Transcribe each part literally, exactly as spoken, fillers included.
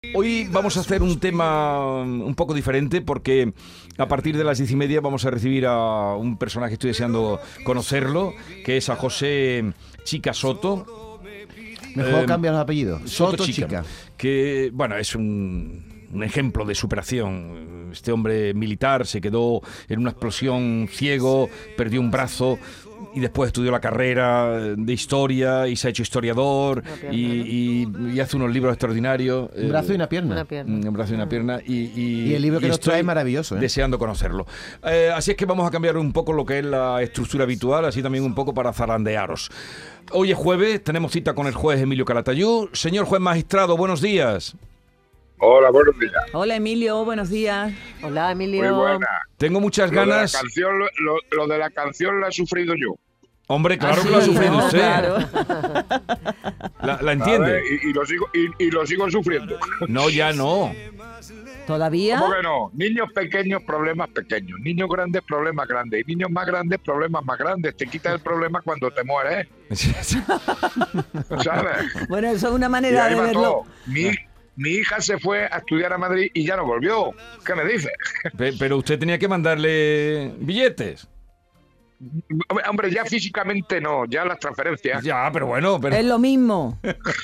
Hoy vamos a hacer un tema un poco diferente porque a partir de las diez y media vamos a recibir a un personaje que estoy deseando conocerlo, que es a José Chica Soto. Mejor Eh, cambian los apellidos. Soto, Soto Chica, Chica. que bueno, es un, un ejemplo de superación. Este hombre militar se quedó en una explosión ciego, perdió un brazo y después estudió la carrera de historia y se ha hecho historiador pierna, y, y, y hace unos libros extraordinarios. Un brazo y una pierna. Una pierna. Un brazo y una pierna y, y, Y el libro que y nos estoy trae es maravilloso, ¿eh? deseando conocerlo. Eh, así es que vamos a cambiar un poco lo que es la estructura habitual, así también un poco para zarandearos. Hoy es jueves, tenemos cita con el juez Emilio Calatayud. Señor juez magistrado, buenos días. Hola, buenos días. Hola Emilio, buenos días. Hola, Emilio. Muy buena. Tengo muchas Lo de la ganas. canción, lo, lo- lo de la canción la he sufrido yo. Hombre, claro Ah, que lo ha sí, sufrido no, usted. claro. La, la entiende. ¿Sabes? Y, y lo sigo y, y lo sigo sufriendo. No, ya no. ¿Todavía? ¿Cómo que no? Niños pequeños, problemas pequeños. Niños grandes, problemas grandes. Y niños más grandes, problemas más grandes. Te quitas el problema cuando te mueres. ¿Sabes? Bueno, eso es una Y manera ahí de va verlo. todo. Mi, mi hija se fue a estudiar a Madrid y ya no volvió. ¿Qué me dices? Pe- Pero usted tenía que mandarle billetes. Hombre, ya físicamente no, ya las transferencias. Ya, pero bueno, pero... Es lo mismo.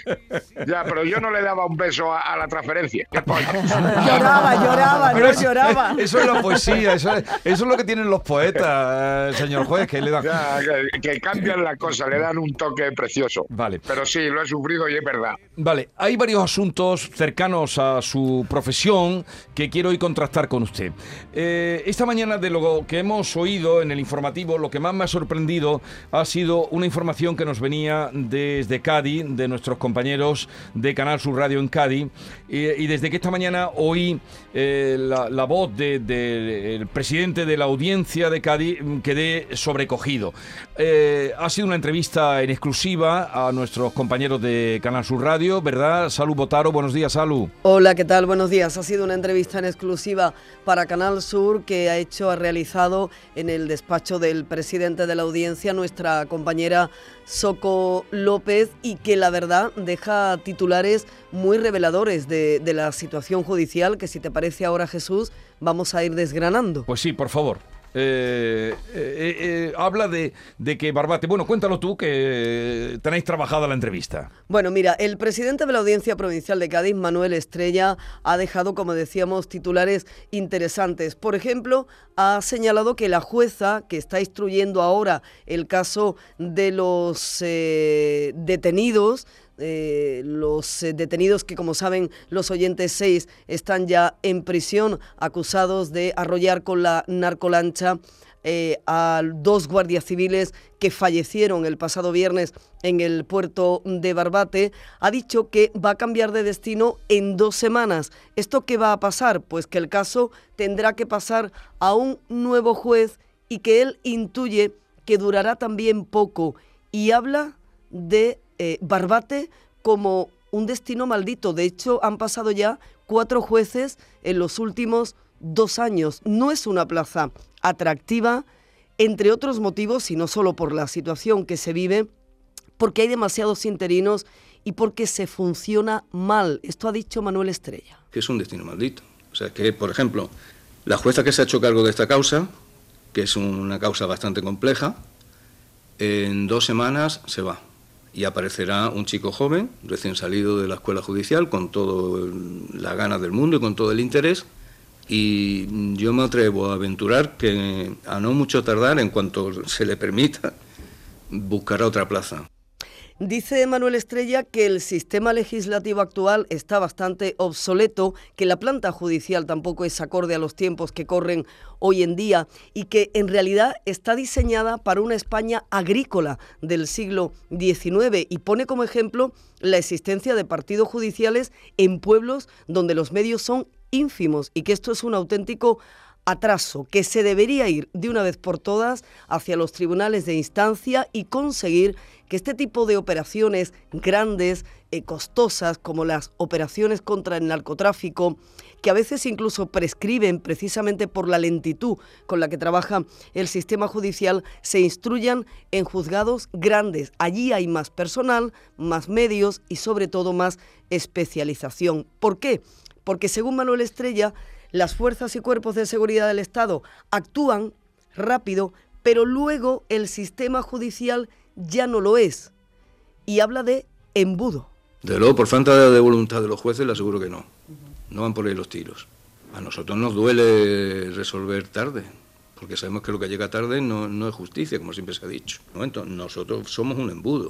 Ya, pero yo no le daba un beso a, a la transferencia. ¿Qué coño? Lloraba, lloraba, Pero no es- lloraba. Eso es la poesía, eso es, eso es lo que tienen los poetas, eh, señor juez, que le dan... Ya, que, que cambian la cosa, le dan un toque precioso. Vale. Pero sí, lo he sufrido y es verdad. Vale, hay varios asuntos cercanos a su profesión que quiero hoy contrastar con usted. Eh, esta mañana, de lo que hemos oído en el informativo, lo que más me ha sorprendido ha sido una información que nos venía desde Cádiz, de nuestros compañeros de Canal Sur Radio en Cádiz, y, y desde que esta mañana oí eh, la, la voz del de, el presidente de la audiencia de Cádiz, quedé sobrecogido. Eh, ha sido una entrevista en exclusiva a nuestros compañeros de Canal Sur Radio, ¿verdad? Salud Botaro, buenos días, Salud. Hola, ¿qué tal? Buenos días. Ha sido una entrevista en exclusiva para Canal Sur que ha hecho, ha realizado en el despacho del presidente de la audiencia nuestra compañera Soco López y que la verdad deja titulares muy reveladores de, de la situación judicial que, si te parece ahora, Jesús, vamos a ir desgranando. Pues sí, por favor. Eh, eh, eh, eh, habla de, de que Barbate... Bueno, cuéntalo tú, que tenéis trabajada la entrevista. Bueno, mira, el presidente de la Audiencia Provincial de Cádiz, Manuel Estrella, ha dejado, como decíamos, titulares interesantes. Por ejemplo, ha señalado que la jueza que está instruyendo ahora el caso de los eh, detenidos, Eh, los eh, detenidos que, como saben los oyentes, seis están ya en prisión acusados de arrollar con la narcolancha eh, a dos guardias civiles que fallecieron el pasado viernes en el puerto de Barbate. Ha dicho que va a cambiar de destino en dos semanas. ¿Esto qué va a pasar? Pues que el caso tendrá que pasar a un nuevo juez y que él intuye que durará también poco, y habla de Eh, Barbate como un destino maldito. De hecho, han pasado ya cuatro jueces en los últimos dos años. No es una plaza atractiva, entre otros motivos, y no solo por la situación que se vive, porque hay demasiados interinos y porque se funciona mal. Esto ha dicho Manuel Estrella. Que es un destino maldito. O sea, que, por ejemplo, la jueza que se ha hecho cargo de esta causa, que es una causa bastante compleja, en dos semanas se va. Y aparecerá un chico joven, recién salido de la escuela judicial, con todas las ganas del mundo y con todo el interés. Y yo me atrevo a aventurar que, a no mucho tardar, en cuanto se le permita, buscará otra plaza. Dice Manuel Estrella que el sistema legislativo actual está bastante obsoleto, que la planta judicial tampoco es acorde a los tiempos que corren hoy en día y que en realidad está diseñada para una España agrícola del siglo diecinueve, y pone como ejemplo la existencia de partidos judiciales en pueblos donde los medios son ínfimos y que esto es un auténtico atraso, que se debería ir de una vez por todas hacia los tribunales de instancia y conseguir que este tipo de operaciones grandes, eh, costosas, como las operaciones contra el narcotráfico, que a veces incluso prescriben precisamente por la lentitud con la que trabaja el sistema judicial, se instruyan en juzgados grandes. Allí hay más personal, más medios y sobre todo más especialización. ¿Por qué? Porque según Manuel Estrella, las fuerzas y cuerpos de seguridad del Estado actúan rápido, pero luego el sistema judicial ya no lo es. Y habla de embudo. De luego, por falta de voluntad de los jueces, le aseguro que no. No van por ahí los tiros. A nosotros nos duele resolver tarde, porque sabemos que lo que llega tarde no, no es justicia, como siempre se ha dicho, ¿no? Entonces, nosotros somos un embudo.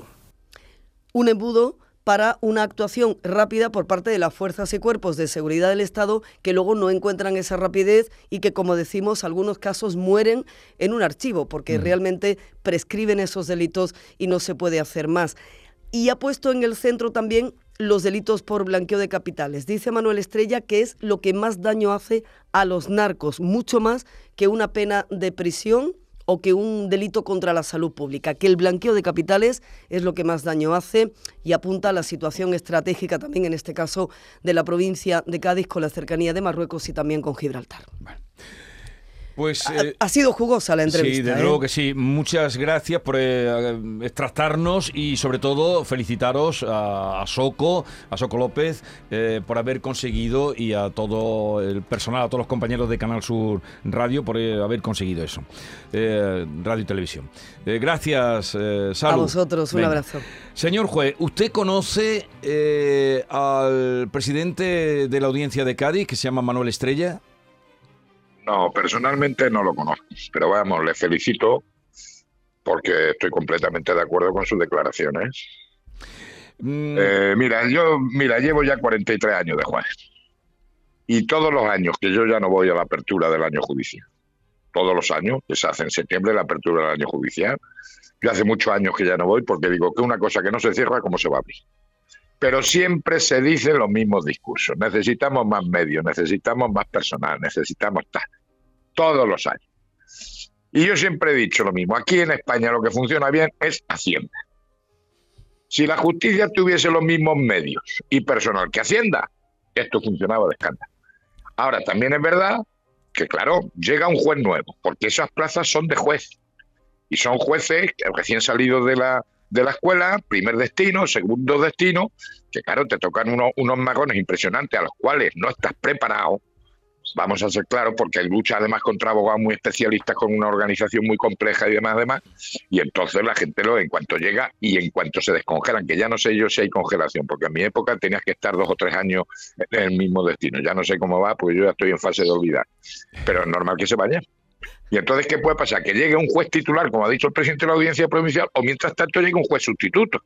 Un embudo para una actuación rápida por parte de las fuerzas y cuerpos de seguridad del Estado, que luego no encuentran esa rapidez y que, como decimos, algunos casos mueren en un archivo, porque mm. realmente prescriben esos delitos y no se puede hacer más. Y ha puesto en el centro también los delitos por blanqueo de capitales. Dice Manuel Estrella que es lo que más daño hace a los narcos, mucho más que una pena de prisión o que un delito contra la salud pública, que el blanqueo de capitales es lo que más daño hace y apunta a la situación estratégica también, en este caso, de la provincia de Cádiz con la cercanía de Marruecos y también con Gibraltar. Bueno. Pues, eh, ha, ha sido jugosa la entrevista. Sí, desde ¿eh? luego que sí. Muchas gracias por eh, extractarnos y sobre todo felicitaros a, a Soco, a Soco López, eh, por haber conseguido, y a todo el personal, a todos los compañeros de Canal Sur Radio por eh, haber conseguido eso. Eh, radio y televisión. Eh, gracias, eh, Salud. A vosotros, un Venga. abrazo. Señor juez, ¿usted conoce eh, al presidente de la Audiencia de Cádiz, que se llama Manuel Estrella? No, personalmente no lo conozco, pero vamos, le felicito porque estoy completamente de acuerdo con sus declaraciones. Mm. Eh, mira, yo mira llevo ya cuarenta y tres años de juez y todos los años que yo ya no voy a la apertura del año judicial, todos los años que se hace en septiembre la apertura del año judicial, yo hace muchos años que ya no voy porque digo que una cosa que no se cierra, ¿cómo se va a abrir? Pero siempre se dicen los mismos discursos. Necesitamos más medios, necesitamos más personal, necesitamos tal. Todos los años. Y yo siempre he dicho lo mismo. Aquí en España lo que funciona bien es Hacienda. Si la justicia tuviese los mismos medios y personal que Hacienda, esto funcionaba de escándalo. Ahora, también es verdad que, claro, llega un juez nuevo, porque esas plazas son de juez. Y son jueces recién salidos de la... de la escuela, primer destino, segundo destino, que claro, te tocan unos, unos magones impresionantes a los cuales no estás preparado, vamos a ser claros, porque hay lucha además contra abogados muy especialistas con una organización muy compleja y demás, demás, y entonces la gente lo, en cuanto llega y en cuanto se descongelan, que ya no sé yo si hay congelación, porque en mi época tenías que estar dos o tres años en el mismo destino, ya no sé cómo va, porque yo ya estoy en fase de olvidar, pero es normal que se vayan. Y entonces, ¿qué puede pasar? Que llegue un juez titular, como ha dicho el presidente de la Audiencia Provincial, o mientras tanto llegue un juez sustituto.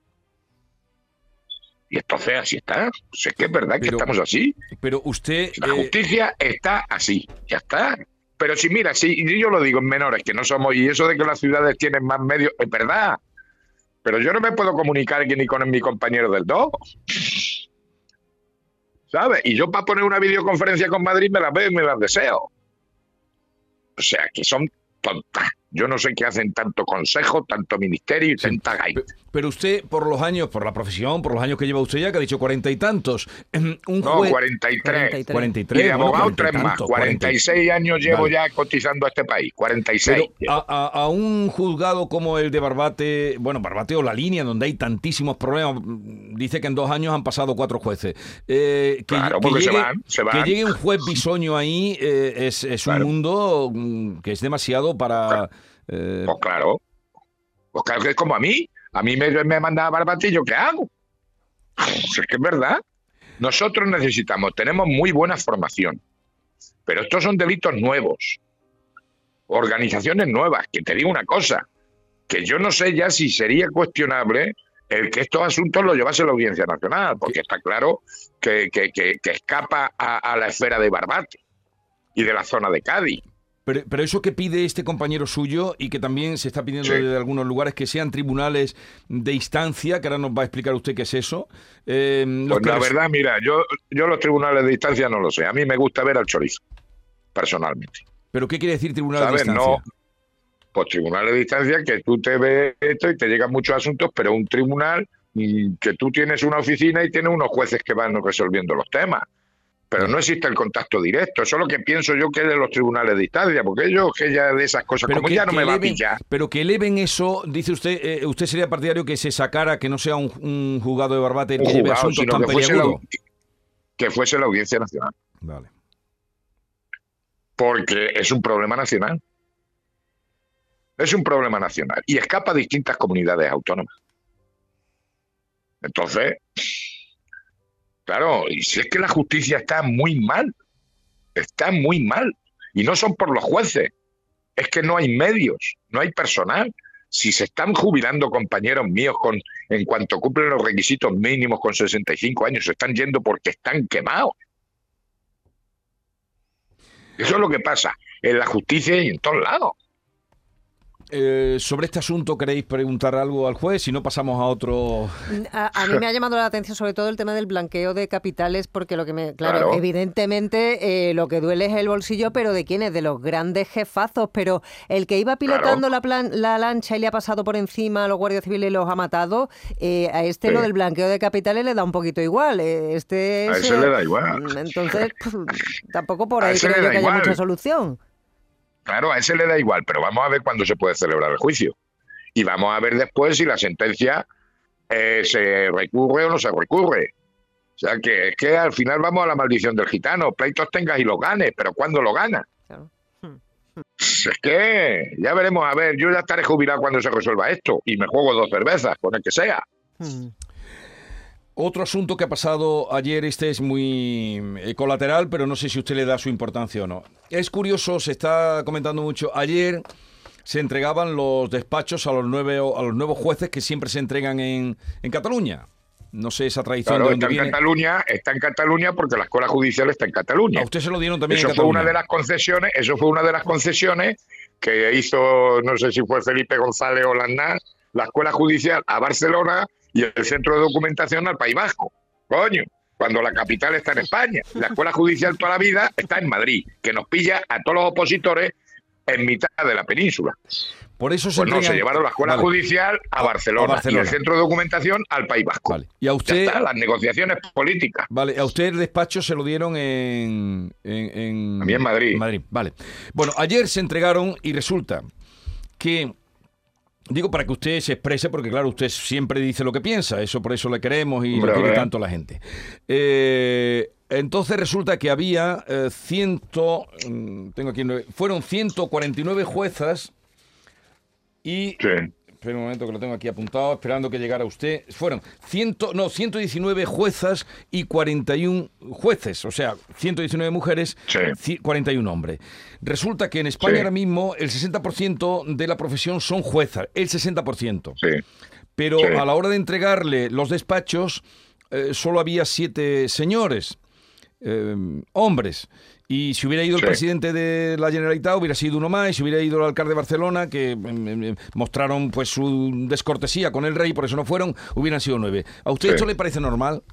Y entonces así está. Pues es que es verdad que pero, estamos así. Pero usted... La justicia eh... está así, ya está. Pero si mira, si yo lo digo en menores, que no somos, y eso de que las ciudades tienen más medios, es verdad. Pero yo no me puedo comunicar ni con mi compañero del dos. ¿Sabes? Y yo para poner una videoconferencia con Madrid me las veo y me las deseo. O sea, que son tontas. Yo no sé qué hacen tanto consejo, tanto ministerio y sí, tanta gaita. Pero usted, por los años, por la profesión, por los años que lleva usted ya, que ha dicho cuarenta y tantos... Un no, juez... cuarenta y tres. cuarenta y tres. Y de bueno, abogado tres más. cuarenta y seis años llevo vale. ya cotizando a este país. cuarenta y seis. Pero a, a, a un juzgado como el de Barbate, bueno, Barbate o La Línea, donde hay tantísimos problemas, dice que en dos años han pasado cuatro jueces. Eh, que, claro, que porque llegue, se van, se van. Que llegue un juez bisoño ahí eh, es, es claro. un mundo que es demasiado para... Claro. Eh... Pues claro. Pues claro que es como a mí. A mí me, me manda Barbate y yo ¿qué hago? Pues es que es verdad. Nosotros necesitamos, tenemos muy buena formación, pero estos son delitos nuevos, organizaciones nuevas, que te digo una cosa, que yo no sé ya si sería cuestionable el que estos asuntos los llevase la Audiencia Nacional, porque está claro que, que, que, que escapa a, a la esfera de Barbate y de la zona de Cádiz. Pero, pero eso que pide este compañero suyo y que también se está pidiendo sí. de algunos lugares, que sean tribunales de instancia, que ahora nos va a explicar usted qué es eso. Eh, pues la verdad, mira, yo, yo los tribunales de instancia no lo sé. A mí me gusta ver al chorizo, personalmente. ¿Pero qué quiere decir tribunal de ¿sabes? distancia? No, pues tribunales de distancia, que tú te ves esto y te llegan muchos asuntos, pero un tribunal mm, que tú tienes una oficina y tienes unos jueces que van resolviendo los temas. Pero no existe el contacto directo. Eso es lo que pienso yo que es de los tribunales de distancia, porque ellos que ya de esas cosas, Pero como que, ya no que me va a eleven, pillar. pero que eleven eso, dice usted, eh, usted sería partidario que se sacara, que no sea un, un juzgado de Barbate el Un que lleve juzgado, asuntos sino tan que fuese, la, peliagudos. que fuese la Audiencia Nacional. Vale. Porque es un problema nacional. Es un problema nacional y escapa a distintas comunidades autónomas. Entonces, claro, y si es que la justicia está muy mal, está muy mal. Y no son por los jueces, es que no hay medios, no hay personal. Si se están jubilando compañeros míos con, en cuanto cumplen los requisitos mínimos con sesenta y cinco años, se están yendo porque están quemados. Eso es lo que pasa en la justicia y en todos lados. Eh, sobre este asunto, ¿queréis preguntar algo al juez? Si no, pasamos a otro... A, a mí me ha llamado la atención sobre todo el tema del blanqueo de capitales, porque lo que me... Claro, Claro. evidentemente eh, lo que duele es el bolsillo, pero ¿de quiénes? De los grandes jefazos, pero el que iba pilotando Claro. la, plan, la lancha y le ha pasado por encima a los guardias civiles y los ha matado, eh, a este Sí. lo del blanqueo de capitales le da un poquito igual. eh, Este A es, ese eh, le da igual. Entonces, pues, tampoco por A ahí ese creo le yo da que haya igual. mucha solución. Claro, a ese le da igual, pero vamos a ver cuándo se puede celebrar el juicio. Y vamos a ver después si la sentencia eh, se recurre o no se recurre. O sea, que es que al final vamos a la maldición del gitano. Pleitos tengas y los ganes, pero ¿cuándo lo ganas? Claro. Es que ya veremos, a ver, yo ya estaré jubilado cuando se resuelva esto y me juego dos cervezas, con el que sea. Hmm. Otro asunto que ha pasado ayer, este es muy eh, colateral, pero no sé si usted le da su importancia o no. Es curioso, se está comentando mucho. Ayer se entregaban los despachos a los, nueve, a los nuevos jueces que siempre se entregan en, en Cataluña. No sé esa tradición Claro, de dónde está en viene. Cataluña, está en Cataluña porque la escuela judicial está en Cataluña. A usted se lo dieron también Eso en fue Cataluña. una de las concesiones, eso fue una de las concesiones que hizo, no sé si fue Felipe González o Lanás, la escuela judicial a Barcelona y el centro de documentación al País Vasco. Coño, cuando la capital está en España. La escuela judicial toda la vida está en Madrid, que nos pilla a todos los opositores en mitad de la península. Por eso se Pues no, entregan... se llevaron la escuela Vale. judicial a A- Barcelona, a Barcelona. y el centro de documentación al País Vasco. Vale. Y a Ya usted... está, las negociaciones políticas. Vale, a usted el despacho se lo dieron en... en, en A mí en Madrid. Madrid, vale. Bueno, ayer se entregaron y resulta que... Digo para que usted se exprese, porque claro, usted siempre dice lo que piensa, eso por eso le queremos y Hombre, lo quiere a ver. tanto la gente. Eh, entonces resulta que había eh, ciento... mm, Tengo aquí... nueve- Fueron ciento cuarenta y nueve juezas y... Sí. Espera un momento que lo tengo aquí apuntado, esperando que llegara usted. Fueron cien, no, ciento diecinueve juezas y cuarenta y uno jueces, o sea, ciento diecinueve mujeres, Sí. ci- cuarenta y uno hombres. Resulta que en España Sí. ahora mismo el sesenta por ciento de la profesión son juezas, el sesenta por ciento. Sí. Pero Sí. a la hora de entregarle los despachos, eh, solo había siete señores, eh, hombres. Y si hubiera ido el Sí. presidente de la Generalitat, hubiera sido uno más, y si hubiera ido el alcalde de Barcelona, que mm, mm, mostraron pues su descortesía con el rey, por eso no fueron, hubieran sido nueve. ¿A usted Sí. esto le parece normal?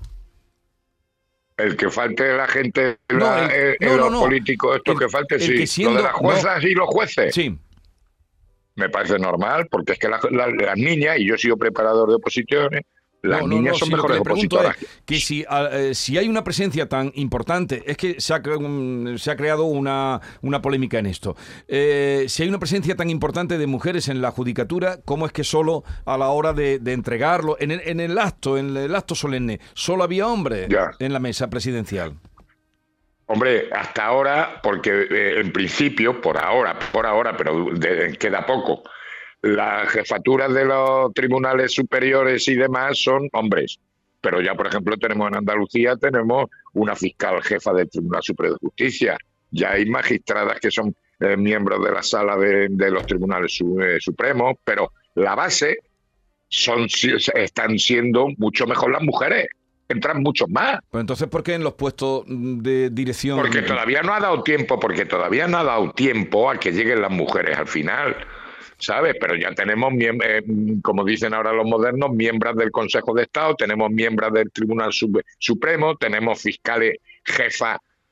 El que falte la gente, No, la- el- eh, no, no, los no. políticos, esto El- que falte, el sí. que siendo- Lo de las juezas y los jueces, Sí. me parece normal, porque es que la- la- las niñas, y yo he sido preparador de oposiciones, las No, no, niñas no, son si lo que mejores le pregunto opositoras. es que si, ah, eh, si hay una presencia tan importante, es que se ha, cre- un- se ha creado una, una polémica en esto. Eh, si hay una presencia tan importante de mujeres en la judicatura, ¿cómo es que solo a la hora de, de entregarlo, en el, en el acto, en el acto solemne, solo había hombres Ya. en la mesa presidencial? Hombre, hasta ahora, porque eh, en principio, por ahora, por ahora, pero de- queda poco, las jefaturas de los tribunales superiores y demás son hombres. Pero ya, por ejemplo, tenemos en Andalucía, tenemos una fiscal jefa del Tribunal Superior de Justicia. Ya hay magistradas que son eh, miembros de la sala de, de los tribunales su- eh, supremos, pero la base son si- están siendo mucho mejor las mujeres. Entran muchos más. Pues entonces, ¿por qué en los puestos de dirección? Porque todavía no ha dado tiempo, porque todavía no ha dado tiempo a que lleguen las mujeres al final, ¿sabes? Pero ya tenemos, miem- eh, como dicen ahora los modernos, miembros del Consejo de Estado, tenemos miembros del Tribunal Sub- Supremo, tenemos fiscales jefas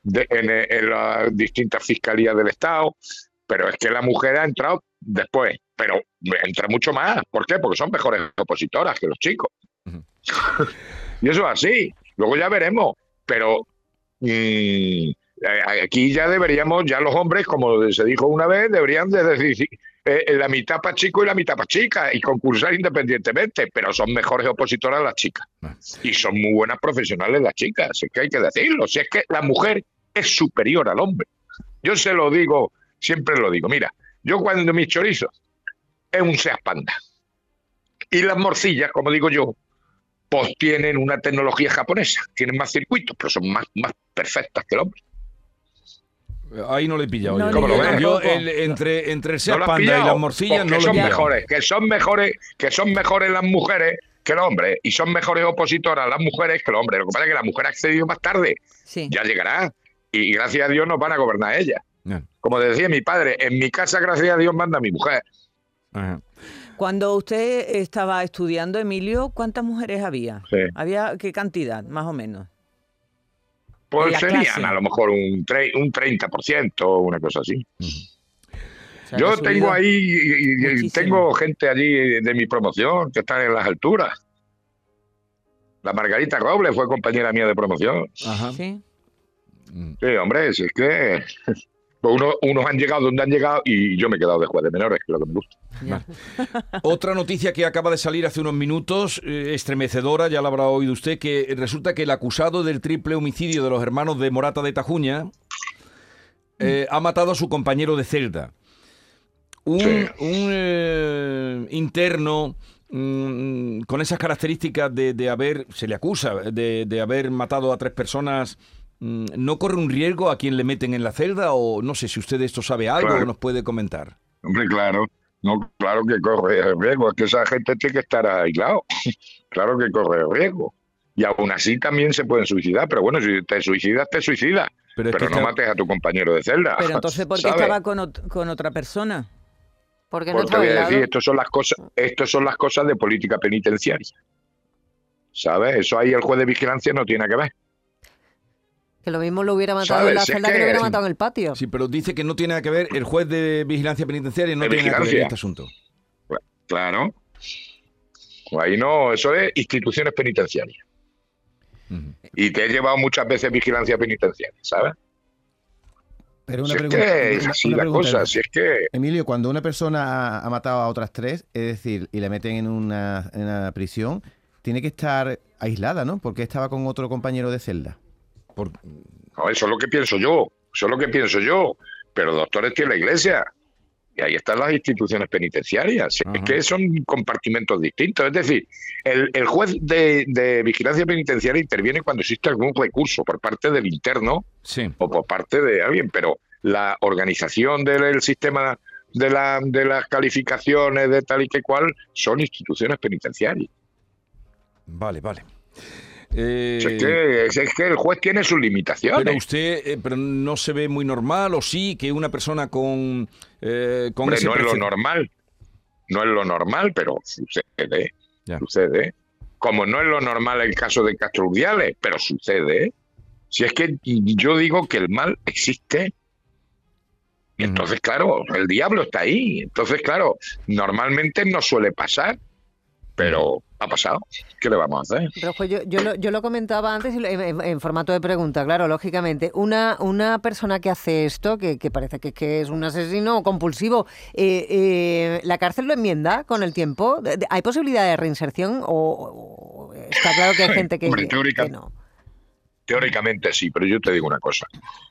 de, en, en las distintas fiscalías del Estado, pero es que la mujer ha entrado después, pero entra mucho más. ¿Por qué? Porque son mejores opositoras que los chicos. Uh-huh. Y eso es así. Luego ya veremos, pero mmm, aquí ya deberíamos, ya los hombres, como se dijo una vez, deberían de decir eh, la mitad para chico y la mitad para chica y concursar independientemente, pero son mejores opositoras las chicas. Y son muy buenas profesionales las chicas, es que hay que decirlo. Si es que la mujer es superior al hombre. Yo se lo digo, siempre lo digo. Mira, yo cuando mis chorizos es un Seat Panda. Y las morcillas, como digo yo, pues tienen una tecnología japonesa, tienen más circuitos, pero son más, más perfectas que el hombre. Ahí no le he pillado. No, yo. ¿Cómo lo ves? Yo el, entre, entre el Seat ¿No Panda y las morcillas Porque no lo he son pillado. mejores, que son mejores, que son mejores las mujeres que los hombres, y son mejores opositoras las mujeres que los hombres. Lo que pasa es que la mujer ha accedido más tarde, Sí. ya llegará, y gracias a Dios nos van a gobernar ellas. Bien. Como decía mi padre, en mi casa gracias a Dios manda mi mujer. Ajá. Cuando usted estaba estudiando, Emilio, ¿cuántas mujeres había? Sí. ¿Había qué cantidad, más o menos? En Pues la serían clase. a lo mejor un, tre un treinta por ciento, una cosa así. O sea, Yo que ha tengo subido ahí, y- y- y muchísimo. tengo gente allí de mi promoción que están en las alturas. La Margarita Robles fue compañera mía de promoción. Ajá. ¿Sí? Sí, hombre, si es que pues uno, unos han llegado donde han llegado y yo me he quedado de juez de menores, que es lo que me gusta. Ya. Otra noticia que acaba de salir hace unos minutos, eh, estremecedora, ya la habrá oído usted, que resulta que el acusado del triple homicidio de los hermanos de Morata de Tajuña eh, ha matado a su compañero de celda. Un, Sí. un eh, interno mm, con esas características de, de haber, se le acusa, de, de haber matado a tres personas, mm, ¿no corre un riesgo a quien le meten en la celda? O no sé si usted de esto sabe algo Claro. o nos puede comentar. Hombre, claro, no, claro que corre riesgo, es que esa gente tiene que estar aislado. Claro que corre riesgo. Y aún así también se pueden suicidar, pero bueno, si te suicidas, te suicidas. Pero Pero, es que no está- mates a tu compañero de celda. Pero entonces, ¿por qué ¿sabes? estaba con, ot- con otra persona? Porque no Porque estaba voy a aislado. decir, esto son las cosas, esto son las cosas de política penitenciaria. ¿Sabes? Eso ahí el juez de vigilancia no tiene que ver. Que lo mismo lo hubiera matado ¿Sabes? en la Si es celda que, que- lo hubiera matado en el patio. Sí, pero dice que no tiene nada que ver, el juez de vigilancia penitenciaria no De tiene nada que ver en vigilancia. este asunto. Claro. Ahí no, eso es instituciones penitenciarias. Ujú. Y te he llevado muchas veces vigilancia penitenciaria, ¿sabes? Pero una Si es pregunta, que es una- así una la pregunta, cosa, si es que... Emilio, cuando una persona ha, ha matado a otras tres, es decir, y la meten en una, en una prisión, tiene que estar aislada, ¿no? Porque estaba con otro compañero de celda. Por- No, eso es lo que pienso yo, eso es lo que pienso yo. Pero doctores tiene la iglesia. Y ahí están las instituciones penitenciarias. Si Ajá. es que son compartimentos distintos. Es decir, el, el juez de, de vigilancia penitenciaria interviene cuando existe algún recurso por parte del interno Sí. o por parte de alguien, pero la organización del el sistema de, la, de las calificaciones de tal y que cual son instituciones penitenciarias. Vale, vale. Eh, Si es, que, si es que el juez tiene sus limitaciones. pero usted eh, pero no se ve muy normal, o sí, que una persona con, eh, con Hombre, ese no es lo prece- normal, no es lo normal, pero sucede, Ya. sucede. Como no es lo normal el caso de Castro Urdiales, pero sucede. Si es que yo digo que el mal existe, y Ujú. entonces, claro, el diablo está ahí. Entonces, claro, normalmente no suele pasar, pero ha pasado. ¿Qué le vamos a hacer? Pero pues yo, yo, lo, yo lo comentaba antes y lo- en, en- en formato de pregunta, claro, lógicamente. Una, una persona que hace esto, que, que parece que, que es un asesino compulsivo, eh, eh, ¿la cárcel lo enmienda con el tiempo? ¿De- de- ¿Hay posibilidad de reinserción o, o está claro que hay gente que, Hombre, teórica- que no? Teóricamente sí, pero yo te digo una cosa.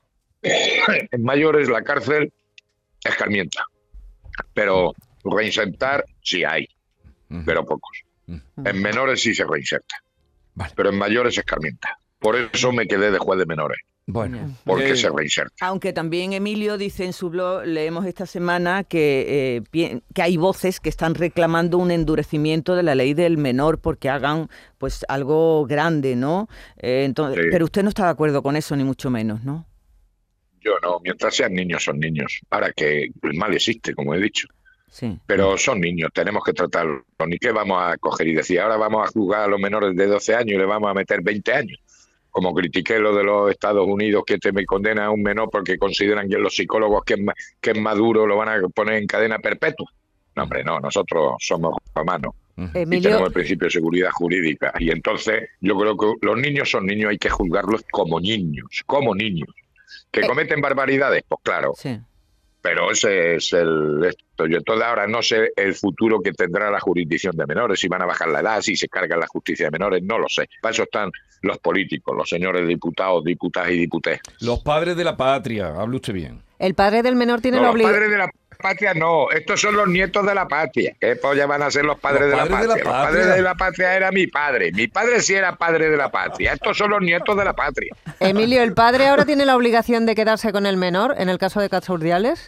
En mayores la cárcel escarmienta, pero reinsertar sí hay, Ujú. pero pocos. Ujú. En menores sí se reinserta, Vale. pero en mayores escarmienta. Por eso me quedé de juez de menores, Bueno, porque eh, se reinserta. Aunque también Emilio dice en su blog, leemos esta semana que, eh, pi- que hay voces que están reclamando un endurecimiento de la ley del menor porque hagan pues algo grande, ¿no? Eh, entonces, Sí. pero usted no está de acuerdo con eso, ni mucho menos, ¿no? Yo no, mientras sean niños son niños. Ahora que el mal existe, como he dicho, Sí. pero son niños, tenemos que tratarlos. Ni qué vamos a coger y decir, ahora vamos a juzgar a los menores de doce años y le vamos a meter veinte años. como critiqué lo de los Estados Unidos, que te me condenan a un menor porque consideran que los psicólogos que es, más, que es más duro lo van a poner en cadena perpetua. No, hombre, no, nosotros somos humanos. Emilio... Y tenemos el principio de seguridad jurídica. Y entonces yo creo que los niños son niños, hay que juzgarlos como niños, como niños. ¿Que eh... cometen barbaridades? Pues claro. Sí. Pero ese es el esto. Yo entonces ahora no sé el futuro que tendrá la jurisdicción de menores, si van a bajar la edad, si se carga la justicia de menores, no lo sé. Para eso están los políticos, los señores diputados, diputadas y diputées. Los padres de la patria, hable usted bien. El padre del menor tiene no, la los obligación... padres de la patria no, estos son los nietos de la patria. ¿Qué polla van a ser los padres, los de, padres la de la patria? Los padres de la patria era mi padre. Mi padre sí era padre de la patria. Estos son los nietos de la patria. Emilio, ¿el padre ahora tiene la obligación de quedarse con el menor en el caso de Casa Urdiales?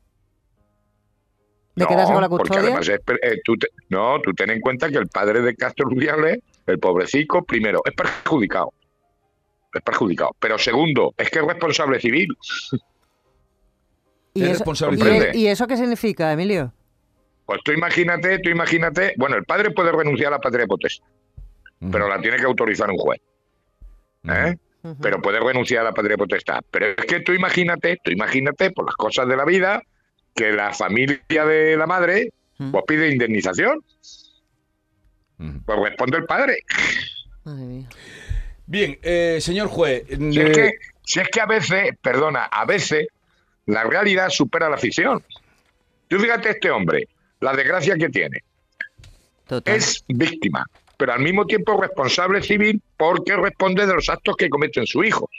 ¿De no, quedarse con la porque custodia? además es, eh, tú te, no, tú ten en cuenta que el padre de Castro Urdiales, el pobrecito, primero, es perjudicado. Es perjudicado. Pero segundo, es que es responsable civil. ¿Y es eso, responsable ¿y, ¿Y eso qué significa, Emilio? Pues tú imagínate, tú imagínate, bueno, el padre puede renunciar a la patria potestad, uh-huh. pero la tiene que autorizar un juez. ¿Eh? Uh-huh. Pero puede renunciar a la patria potestad. Pero es que tú imagínate, tú imagínate, por las cosas de la vida, que la familia de la madre uh-huh. pues pide indemnización. Uh-huh. Pues responde el padre. Madre mía. Bien, eh, señor juez. Si, eh... es que, si es que a veces, perdona, a veces la realidad supera la ficción. Tú fíjate este hombre, la desgracia que tiene. Total. Es víctima, pero al mismo tiempo responsable civil porque responde de los actos que cometen sus hijos.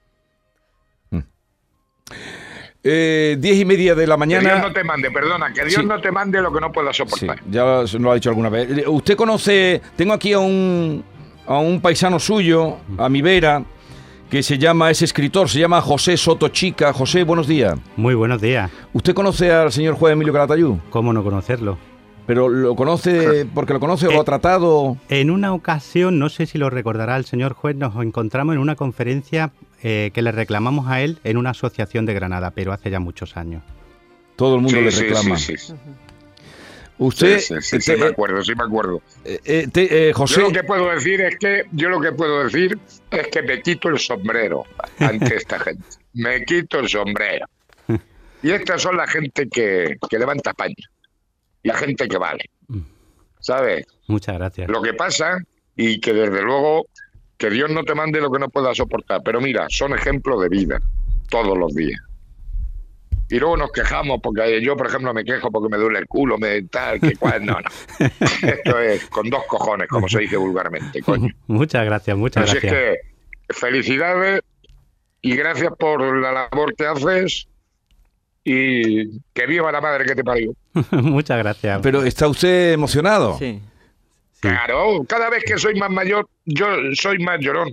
Eh, diez y media de la mañana. Que Dios no te mande, perdona, que Dios sí. no te mande lo que no puedas soportar. Sí, ya lo ha dicho alguna vez. Usted conoce, tengo aquí a un, a un paisano suyo, a mi vera, que se llama, es escritor, se llama José Soto Chica. José, buenos días. Muy buenos días. ¿Usted conoce al señor juez Emilio Calatayud? ¿Cómo no conocerlo? ¿Pero lo conoce porque lo conoce o lo ha tratado? En una ocasión, no sé si lo recordará el señor juez, nos encontramos en una conferencia eh, que le reclamamos a él en una asociación de Granada, pero hace ya muchos años. Todo el mundo sí, le sí, reclama. Sí, sí, sí. Usted, sí, sí, sí, sí, te, me acuerdo, sí me acuerdo. Eh, eh, te, eh, José, yo lo que puedo decir es que yo lo que puedo decir es que me quito el sombrero ante esta gente. Me quito el sombrero. Y estas son la gente que, que levanta España. La gente que vale. ¿Sabes? Muchas gracias. Lo que pasa, y que desde luego, que Dios no te mande lo que no puedas soportar. Pero mira, son ejemplos de vida, todos los días. Y luego nos quejamos, porque yo, por ejemplo, me quejo porque me duele el culo, me tal, que cual. No, no. Esto es con dos cojones, como se dice vulgarmente, coño. Muchas gracias, muchas Así gracias. es que felicidades y gracias por la labor que haces y que viva la madre que te parió. Muchas gracias. Pero ¿está usted emocionado? Sí. Sí. Claro, cada vez que soy más mayor, yo soy más llorón.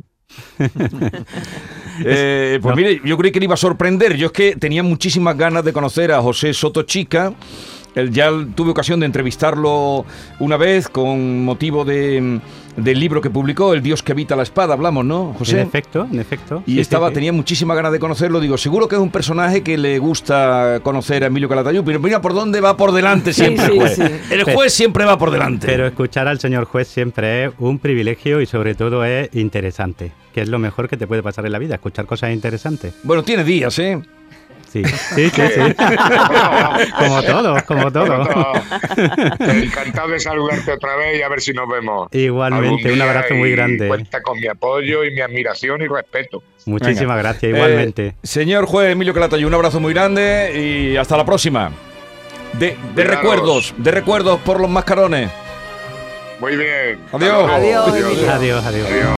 eh, pues no. Mire, yo creí que le iba a sorprender. Yo es que tenía muchísimas ganas de conocer a José Soto Chica. Él, ya tuve ocasión de entrevistarlo una vez con motivo de, del libro que publicó, El Dios que habita la espada, hablamos, ¿no, José? En efecto, en efecto. Y sí, estaba, sí, sí. tenía muchísimas ganas de conocerlo. Digo, seguro que es un personaje que le gusta conocer a Emilio Calatayud, pero mira por dónde va por delante siempre sí, el juez. sí. El juez siempre va por delante. Pero escuchar al señor juez siempre es un privilegio y sobre todo es interesante, que es lo mejor que te puede pasar en la vida, escuchar cosas interesantes. Bueno, tiene días, ¿eh? Sí, sí, sí, sí. Como todos, como todos. Encantado de saludarte otra vez y a ver si nos vemos. Igualmente, un abrazo muy grande. Cuenta con mi apoyo y mi admiración y respeto. Muchísimas Venga. gracias, igualmente. Eh, señor juez Emilio Calatayud, un abrazo muy grande y hasta la próxima. De, de recuerdos, de recuerdos por los mascarones. Muy bien. Adiós. Adiós. Adiós. Adiós, adiós. adiós.